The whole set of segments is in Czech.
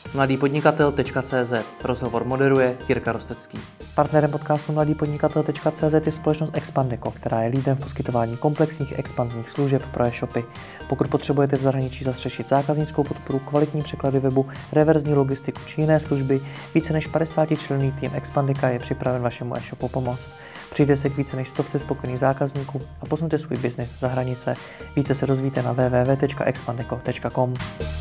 mladýpodnikatel.cz. Rozhovor moderuje Jirka Rostecký. Partnerem podcastu mladýpodnikatel.cz je společnost Expandeco, která je lídrem v poskytování komplexních expanzních služeb pro e-shopy. Pokud potřebujete v zahraničí zastřešit zákaznickou podporu, kvalitní překlady webu, reverzní logistiku či jiné služby, více než 50členný tým Expandeca je připraven vašemu e-shopu pomoct. Přijde se k více než 100 spokojených zákazníků a posuňte svůj biznis za hranice. Více se dozvíte na www.expandeco.com.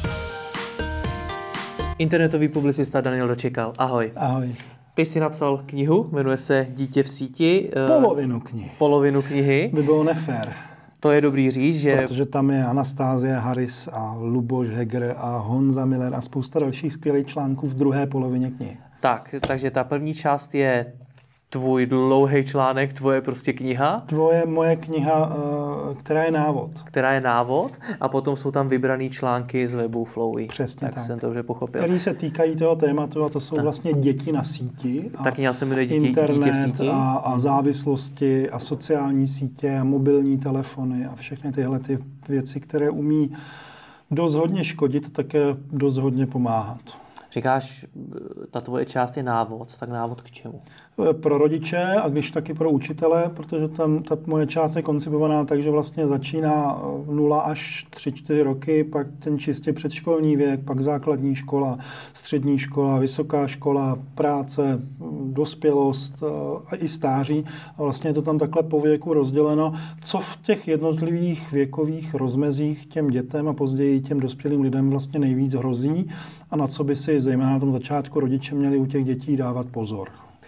Internetový publicista Daniel Dočekal. Ahoj. Ahoj. Ty jsi napsal knihu, jmenuje se Dítě v síti. Polovinu knihy. By bylo nefér. To je dobrý říct, že... Protože tam je Anastázie Harris a Luboš Heger a Honza Miller a spousta dalších skvělých článků v druhé polovině knihy. Takže ta první část je tvůj dlouhý článek, tvoje prostě kniha. Moje kniha, která je návod. A potom jsou tam vybraný články z webu Flowy. Přesně tak. Jsem to už pochopil. Který se týkají toho tématu a to jsou vlastně děti na síti. Ta kniha se jmenuje Internet Dítě v síti. A závislosti a sociální sítě a mobilní telefony a všechny tyhle ty věci, které umí dost hodně škodit a také dost hodně pomáhat. Říkáš, ta tvoje část je návod, tak návod k čemu? Pro rodiče a když taky pro učitele, protože tam ta moje část je koncipovaná tak, že vlastně začíná 0 až 3-4 roky, pak ten čistě předškolní věk, pak základní škola, střední škola, vysoká škola, práce, dospělost a i stáří. A vlastně je to tam takhle po věku rozděleno, co v těch jednotlivých věkových rozmezích těm dětem a později těm dospělým lidem vlastně nejvíc hrozí a na co by si zejména na tom začátku rodiče měli u těch dětí dávat pozor.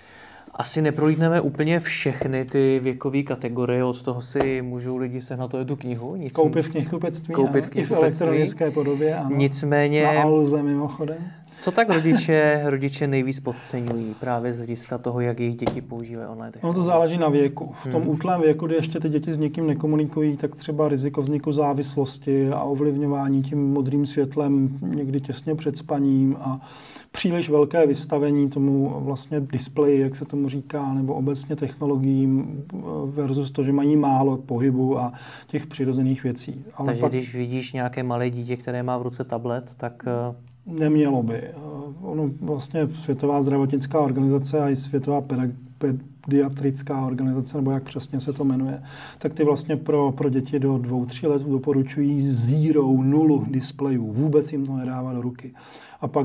Asi neprolítneme úplně všechny ty věkové kategorie, od toho si můžou lidi sehnat tu knihu. Koupit v knihkupectví, i v elektronické podobě, ano. Nicméně, na Alze mimochodem. Co tak rodiče nejvíc podceňují právě z hlediska toho, jak jejich děti používají online technologie? No to záleží na věku. V tom útlém věku, kdy ještě ty děti s někým nekomunikují, tak třeba riziko vzniku závislosti a ovlivňování tím modrým světlem někdy těsně před spaním a příliš velké vystavení tomu vlastně displeji, jak se tomu říká, nebo obecně technologiím versus to, že mají málo pohybu a těch přirozených věcí. Ale takže když vidíš nějaké malé dítě, které má v ruce tablet, tak... Nemělo by. Ono vlastně Světová zdravotnická organizace a i Světová pediatrická organizace, nebo jak přesně se to jmenuje, tak ty vlastně pro děti do 2-3 let doporučují nulu displejů. Vůbec jim to nedává do ruky. A pak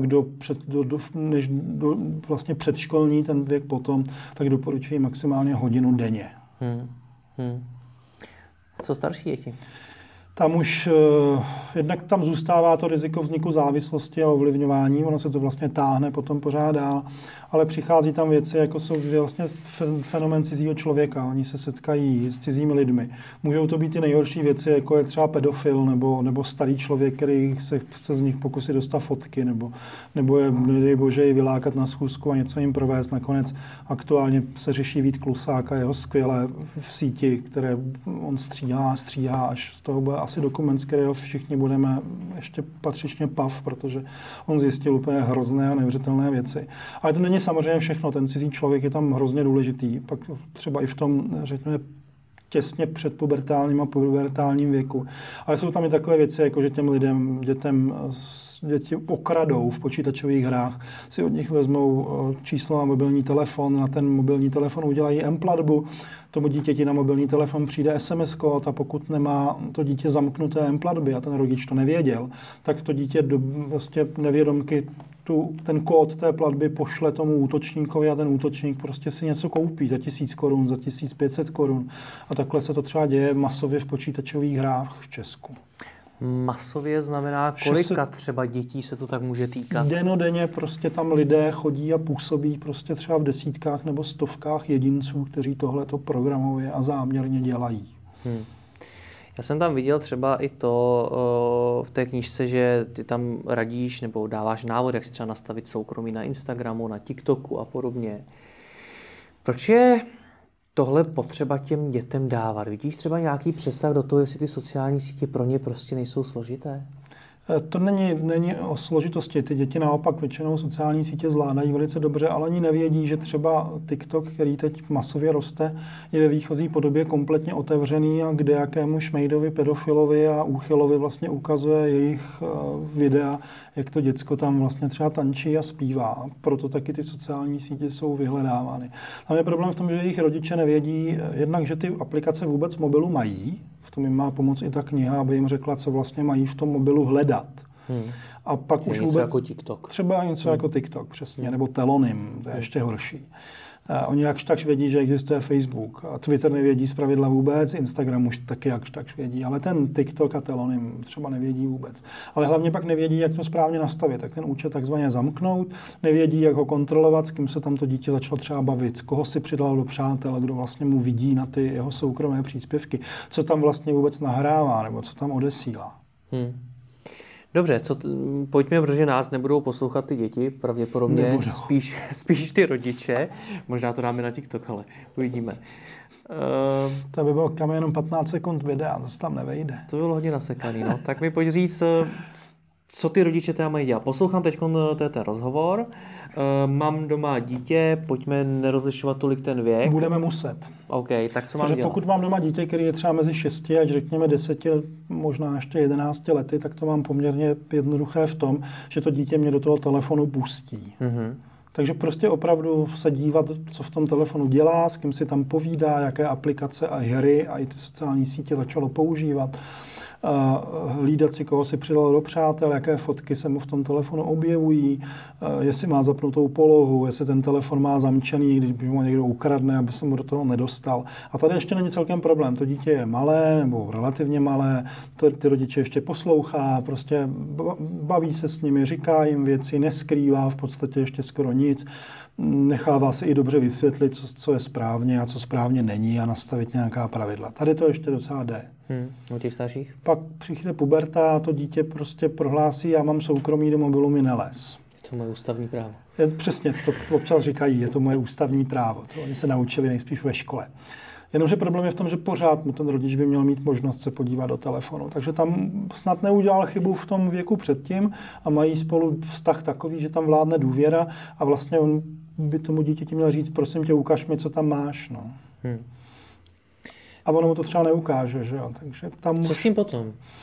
než vlastně předškolní ten věk potom, tak doporučují maximálně hodinu denně. Co starší děti? Tam už jednak tam zůstává to riziko vzniku závislosti a ovlivňování, ono se to vlastně táhne potom pořád dál, ale přichází tam věci, jako jsou vlastně fenomén cizího člověka, oni se setkají s cizími lidmi. Můžou to být i nejhorší věci, jako je třeba pedofil nebo starý člověk, který se chce z nich pokusit dostat fotky, nebo je, nedej bože, i vylákat na schůzku a něco jim provést. Nakonec aktuálně se řeší Vít Klusák a jeho skvělé v síti, které on stříhá, až z toho bude asi dokument, z kterého všichni budeme ještě patřičně pav, protože on zjistil úplně hrozné a neuvěřitelné věci. Ale to není samozřejmě všechno, ten cizí člověk je tam hrozně důležitý, pak třeba i v tom, řekněme, těsně před pubertálním a pubertálním věku. Ale jsou tam i takové věci, jako že těm děti okradou v počítačových hrách, si od nich vezmou číslo na mobilní telefon, na ten mobilní telefon udělají M-platbu, tomu dítěti na mobilní telefon přijde SMS-kód a pokud nemá to dítě zamknuté M-platby a ten rodič to nevěděl, tak to dítě vlastně nevědomky ten kód té platby pošle tomu útočníkovi a ten útočník prostě si něco koupí za 1000 korun, za 1500 korun. A takhle se to třeba děje masově v počítačových hrách v Česku. Masově znamená, kolika třeba dětí se to tak může týkat? Dennodenně prostě tam lidé chodí a působí prostě třeba v desítkách nebo stovkách jedinců, kteří tohleto programově a záměrně dělají. Já jsem tam viděl třeba i to v té knížce, že ty tam radíš nebo dáváš návod, jak si třeba nastavit soukromí na Instagramu, na TikToku a podobně. Proč je tohle potřeba těm dětem dávat? Vidíš třeba nějaký přesah do toho, jestli ty sociální sítě pro ně prostě nejsou složité? To není o složitosti. Ty děti naopak většinou sociální sítě zvládají velice dobře, ale oni nevědí, že třeba TikTok, který teď masově roste, je ve výchozí podobě kompletně otevřený a kde jakému šmejdovi, pedofilovi a úchylovi vlastně ukazuje jejich videa, jak to děcko tam vlastně třeba tančí a zpívá. Proto taky ty sociální sítě jsou vyhledávány. Tam je problém v tom, že jejich rodiče nevědí jednak, že ty aplikace vůbec v mobilu mají. V tom jim má pomoct i ta kniha, aby jim řekla, co vlastně mají v tom mobilu hledat. A pak už něco vůbec... jako TikTok. Třeba něco jako TikTok, přesně, nebo Telonym, to je ještě horší. Oni jakž takž vědí, že existuje Facebook. A Twitter nevědí zpravidla vůbec, Instagram už taky jakž takž vědí. Ale ten TikTok a Telonym třeba nevědí vůbec. Ale hlavně pak nevědí, jak to správně nastavit. Tak ten účet takzvaně zamknout, nevědí, jak ho kontrolovat, s kým se tam to dítě začalo třeba bavit, z koho si přidal do přátel, kdo vlastně mu vidí na ty jeho soukromé příspěvky, co tam vlastně vůbec nahrává, nebo co tam odesílá. Dobře, pojďme, protože nás nebudou poslouchat ty děti, pravděpodobně spíš ty rodiče. Možná to dáme na TikTok, ale uvidíme. To by bylo kam jenom 15 sekund videa, to se tam nevejde. To bylo hodně nasekaný, no. Tak mi pojď říct, co ty rodiče teda mají dělat. Poslouchám teď ten rozhovor, mám doma dítě, pojďme nerozlišovat tolik ten věk. Budeme muset. OK, tak co mám dělat? Pokud mám doma dítě, který je třeba mezi 6 až řekněme 10, možná ještě 11 lety, tak to mám poměrně jednoduché v tom, že to dítě mě do toho telefonu pustí. Takže prostě opravdu se dívat, co v tom telefonu dělá, s kým si tam povídá, jaké aplikace a hry a i ty sociální sítě začalo používat. Hlídat si, koho si přidal do přátel, jaké fotky se mu v tom telefonu objevují, jestli má zapnutou polohu, jestli ten telefon má zamčený, když mu někdo ukradne, aby se mu do toho nedostal. A tady ještě není celkem problém. To dítě je malé nebo relativně malé, ty rodiče ještě poslouchá, prostě baví se s nimi, říká jim věci, neskrývá v podstatě ještě skoro nic. Nechává se i dobře vysvětlit, co je správně a co správně není a nastavit nějaká pravidla. Tady to ještě docela jde. U těch starších? Pak přijde puberta a to dítě prostě prohlásí, já mám soukromí, do mobilu mi nelez. Je to moje ústavní právo. Přesně, to občas říkají, je to moje ústavní právo. To oni se naučili nejspíš ve škole. Jenomže problém je v tom, že pořád mu ten rodič by měl mít možnost se podívat do telefonu. Takže tam snad neudělal chybu v tom věku předtím a mají spolu vztah takový, že tam vládne důvěra a vlastně on by tomu dítěti měl říct, prosím tě, ukaž mi, co tam máš. No. A ono mu to třeba neukáže, že jo. Takže tam co s tím potom?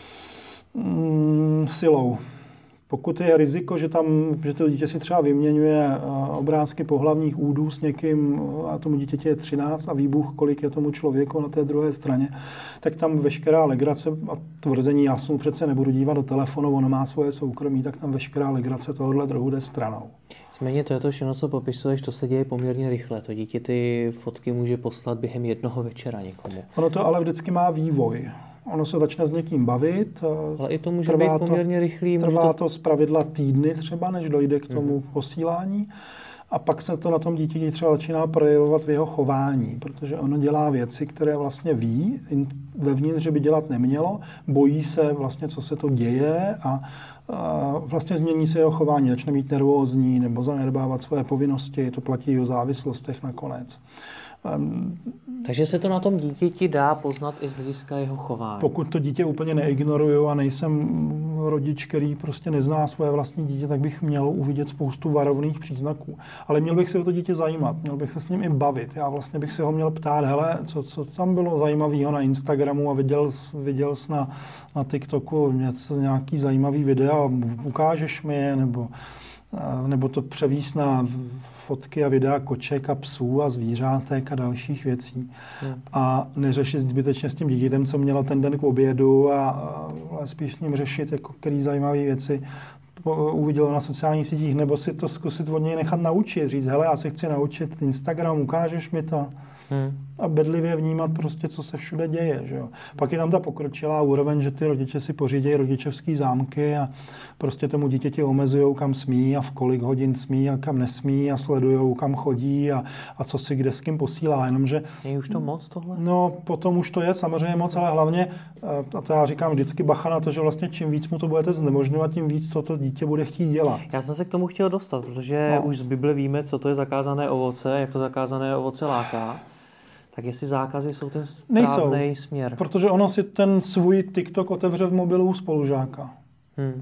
Silou. Pokud je riziko, že to dítě si třeba vyměňuje obrázky pohlavních údů s někým a tomu dítěti je 13 a výbuch, kolik je tomu člověku na té druhé straně, tak tam veškerá legrace a tvrzení, já se mu přece nebudu dívat do telefonu, ono má svoje soukromí, tak tam veškerá legrace tohohle druhu jde stranou. Nicméně to je to všechno, co popisuješ, to se děje poměrně rychle. To dítě ty fotky může poslat během jednoho večera někomu. Ono to ale vždycky má vývoj. Ono se začne s někým bavit. Ale i to může být poměrně rychlý. Trvá to zpravidla týdny třeba, než dojde k tomu posílání. A pak se to na tom dítěti třeba začíná projevovat v jeho chování, protože ono dělá věci, které vlastně ví vevnitř, že by dělat nemělo. Bojí se vlastně, co se to děje a vlastně změní se jeho chování. Začne být nervózní nebo zanedbávat svoje povinnosti. To platí i o závislostech nakonec. Takže se to na tom dítěti dá poznat i z hlediska jeho chování. Pokud to dítě úplně neignoruju a nejsem rodič, který prostě nezná svoje vlastní dítě, tak bych měl uvidět spoustu varovných příznaků. Ale měl bych se o to dítě zajímat, měl bych se s ním i bavit. Já vlastně bych se ho měl ptát, hele, co tam bylo zajímavého na Instagramu a viděl jsi na TikToku nějaký zajímavý videa, ukážeš mi je, nebo to převíz na fotky a videa koček a psů a zvířátek a dalších věcí. A neřešit zbytečně s tím dítětem, co mělo ten den k obědu a spíš s ním řešit, jako který zajímavé věci uvidělo na sociálních sítích, nebo si to zkusit od něj nechat naučit. Říct, hele, já se chci naučit Instagram, ukážeš mi to? A bedlivě vnímat prostě, co se všude děje. Že jo? Pak je tam ta pokročilá úroveň, že ty rodiče si pořídějí rodičovský zámky a prostě tomu dítěti omezujou, kam smí a v kolik hodin smí a kam nesmí a sledujou, kam chodí a co si kde s kým posílá. Jenomže, je už to moc tohle? No, potom už to je samozřejmě moc, ale hlavně, a to já říkám vždycky bacha na to, že vlastně čím víc mu to budete znemožňovat, tím víc to dítě bude chtít dělat. Já jsem se k tomu chtěl dostat, protože už z Bible víme, co to je zakázané ovoce, jak to zakázané ovoce láká. Tak jestli zákazy jsou ten správný směr. Protože ono si ten svůj TikTok otevře v mobilu spolužáka.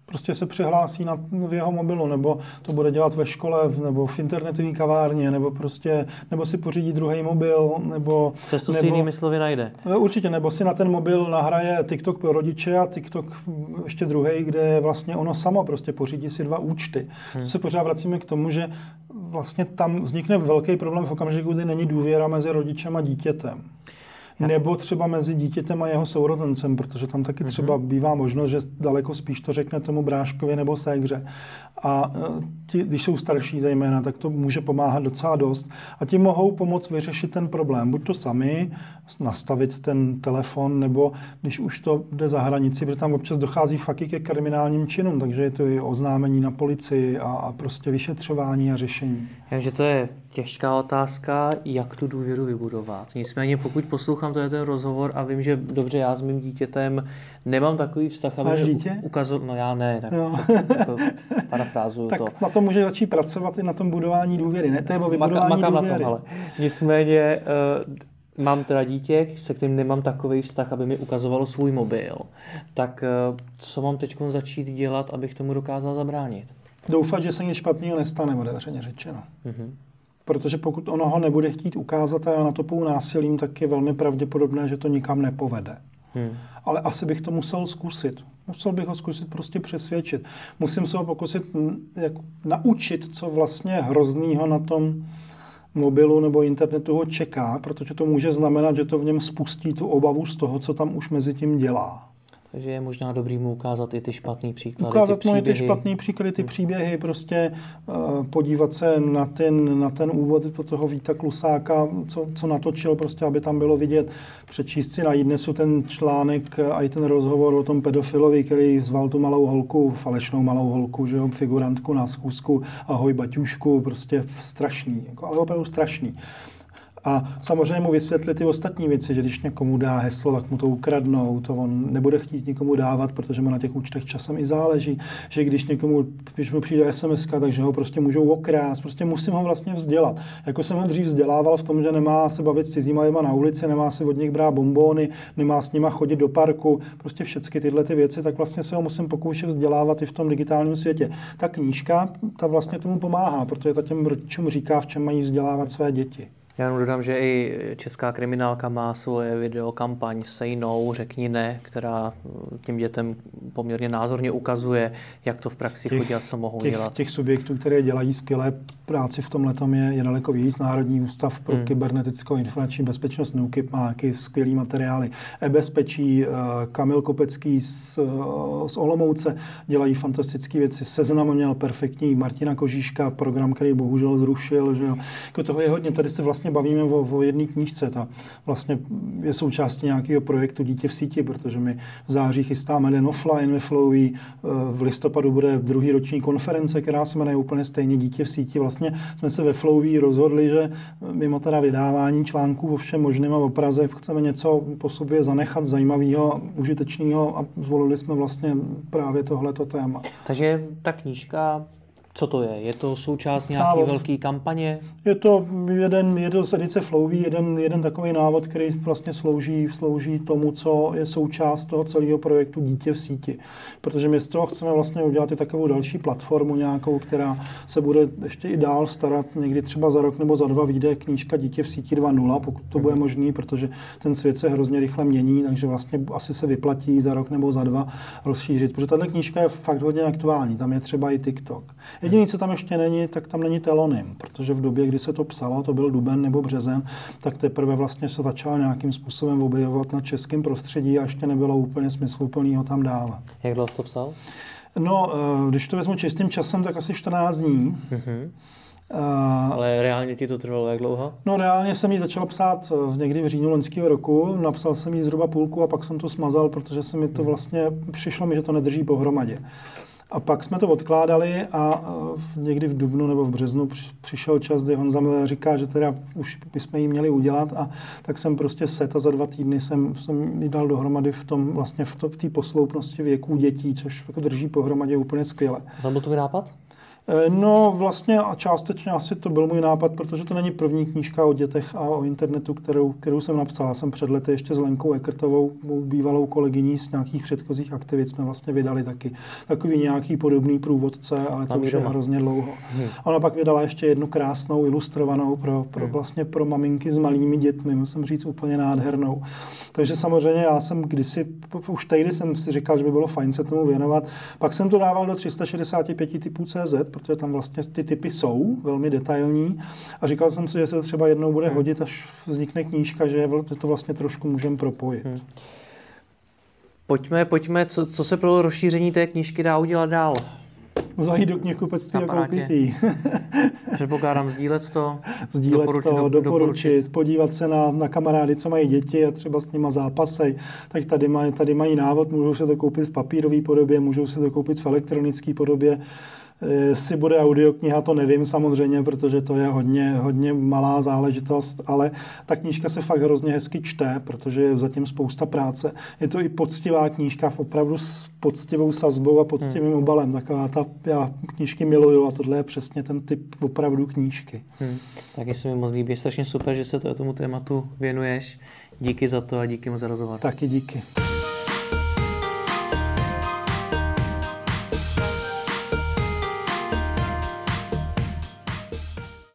Prostě se přihlásí v jeho mobilu, nebo to bude dělat ve škole, nebo v internetové kavárně, nebo si pořídí druhý mobil, nebo... Cestu si jinými slovy najde. Určitě, nebo si na ten mobil nahraje TikTok pro rodiče a TikTok ještě druhý, kde je vlastně ono samo, prostě pořídí si 2 účty. Se pořád vracíme k tomu, že vlastně tam vznikne velký problém v okamžiku, kdy není důvěra mezi rodičem a dítětem. Nebo třeba mezi dítětem a jeho sourozencem, protože tam taky třeba bývá možnost, že daleko spíš to řekne tomu bráškovi nebo ségře. A když jsou starší zejména, tak to může pomáhat docela dost. A ti mohou pomoct vyřešit ten problém. Buď to sami, nastavit ten telefon, nebo když už to jde za hranici, protože tam občas dochází fakt ke kriminálním činům, takže je to i oznámení na policii a prostě vyšetřování a řešení. Takže to je těžká otázka, jak tu důvěru vybudovat. Nicméně pokud poslouchám ten rozhovor a vím, že dobře, já s mým dítětem nemám takový vztah, aby dítě? Ukazoval, no já ne, tak jako parafrázuju tak to. Na tom může začít pracovat i na tom budování důvěry, ne? To je o vybudování Makám důvěry. na tom, ale nicméně mám teda dítě, se kterým nemám takový vztah, aby mi ukazovalo svůj mobil. Tak co mám teď začít dělat, abych tomu dokázal zabránit? Doufat, že se nic špatného nestane, otevřeně řečeno. Protože pokud ono ho nebude chtít ukázat a já na to půjdu násilím, tak je velmi pravděpodobné, že to nikam nepovede. Ale asi bych to musel zkusit. Musel bych ho zkusit prostě přesvědčit. Musím se ho pokusit naučit, co vlastně hroznýho na tom mobilu nebo internetu ho čeká, protože to může znamenat, že to v něm spustí tu obavu z toho, co tam už mezi tím dělá. Takže je možná dobrý mu ukázat i ty špatný příklady, ukázat mu i ty špatný příklady, ty příběhy, prostě podívat se na ten úvod toho Víta Klusáka, co natočil, prostě, aby tam bylo vidět, přečíst si na iDnesu ten článek a i ten rozhovor o tom pedofilovi, který zval tu malou holku, falešnou malou holku, že jo, figurantku na schůzku, ahoj baťušku, prostě strašný, ale opravdu strašný. A samozřejmě mu vysvětlit ty ostatní věci, že když někomu dá heslo, tak mu to ukradnou, to on nebude chtít nikomu dávat, protože mu na těch účtech časem i záleží, že když mu přijde SMS-ka, takže ho prostě můžou okrást, prostě musím ho vlastně vzdělat. Jako jsem ho dřív vzdělával v tom, že nemá se bavit s cizíma lidma na ulici, nemá se od nich brát bonbóny, nemá s nima chodit do parku, prostě všechny tyhle ty věci, tak vlastně se ho musím pokoušet vzdělávat i v tom digitálním světě. Ta knížka, ta vlastně tomu pomáhá, protože ta těm rodičům říká, v čem mají vzdělávat své děti. Já jenom dodám, že i česká kriminálka má svoje videokampaň Say No, řekni ne, která těm dětem poměrně názorně ukazuje, jak to v praxi chodí a co mohou dělat. Těch subjektů, které dělají skvělé práci v tomhletom je daleko víc. Národní ústav pro kybernetickou informační bezpečnost NÚKIB má skvělý materiály. E-bezpečí, Kamil Kopecký z Olomouce dělají fantastické věci. Seznam měl perfektní, Martina Kožíška, program, který bohužel zrušil. Že jo. Jako toho je hodně. Tady se vlastně bavíme o jedné knížce. Ta vlastně je součástí nějakého projektu Dítě v síti, protože my v září chystáme den offline ve Flowey. V listopadu bude druhý roční konference, která se jmenuje úplně stejně Dítě v síti. Vlastně jsme se ve Flowey rozhodli, že mimo teda vydávání článků o všem možným a o Praze chceme něco po sobě zanechat zajímavého, užitečného a zvolili jsme vlastně právě tohleto téma. Takže ta knížka, co to je? Je to součást nějaké velké kampaně? Je to z edice Flowey, jeden takový návod, který vlastně slouží tomu, co je součást toho celého projektu Dítě v síti. Protože my z toho chceme vlastně udělat i takovou další platformu nějakou, která se bude ještě i dál starat. Někdy třeba za rok nebo za 2 vyjde knížka Dítě v síti 2.0, pokud to bude možný, protože ten svět se hrozně rychle mění, takže vlastně asi se vyplatí za rok nebo za 2 rozšířit. Protože tato knížka je fakt hodně aktuální, tam je třeba i TikTok. Jediné, co tam ještě není, tak tam není telonym, protože v době, kdy se to psalo, to byl duben nebo březen, tak teprve vlastně se začal nějakým způsobem objevovat na českém prostředí a ještě nebylo úplně smysluplný ho tam dávat. Jak dlouho jsi to psal? No, když to vezmu čistým časem, tak asi 14 dní. Ale reálně ti to trvalo jak dlouho? No reálně jsem ji začal psát někdy v říjnu loňského roku, napsal jsem ji zhruba půlku a pak jsem to smazal, protože se mi to vlastně, přišlo mi, že to nedrží pohromadě. A pak jsme to odkládali a někdy v dubnu nebo v březnu přišel čas, kdy Honza mi říká, že teda už bychom ji měli udělat a tak jsem prostě set a za 2 týdny jsem ji dal dohromady v tom vlastně v té posloupnosti věků dětí, což jako drží pohromadě úplně skvěle. A tam byl tvůj nápad? No vlastně a částečně asi to byl můj nápad, protože to není první knížka o dětech a o internetu, kterou jsem napsal. Jsem před lety ještě s Lenkou Ekertovou, mou bývalou kolegyní z nějakých předchozích aktivit, jsme vlastně vydali taky takový nějaký podobný průvodce, ale to už je hrozně dlouho. Ona pak vydala ještě jednu krásnou ilustrovanou vlastně pro maminky s malými dětmi, musím říct úplně nádhernou. Takže samozřejmě já jsem už tehdy jsem si říkal, že by bylo fajn se tomu věnovat. Pak jsem to dával do 365 typů CZ, protože tam vlastně ty typy jsou velmi detailní a říkal jsem si, že se to třeba jednou bude hodit, až vznikne knížka, že to vlastně trošku můžeme propojit. Pojďme, co se pro rozšíření té knížky dá udělat dál? Zajít do knihkupectví a koupit ji. Předpokládám sdílet to, doporučit, podívat se na kamarády, co mají děti a třeba s nima zápasej. Tak tady mají návod, můžou se to koupit v papírové podobě, můžou se to koupit v elektronické podobě. Jestli bude audiokniha, to nevím samozřejmě, protože to je hodně malá záležitost, ale ta knížka se fakt hrozně hezky čte, protože je zatím spousta práce. Je to i poctivá knížka, opravdu s poctivou sazbou a poctivým obalem. Já knížky miluju a tohle je přesně ten typ opravdu knížky. Taky se mi moc líbí, je strašně super, že se tomu tématu věnuješ. Díky za to a díky moc za rozhovor. Taky díky.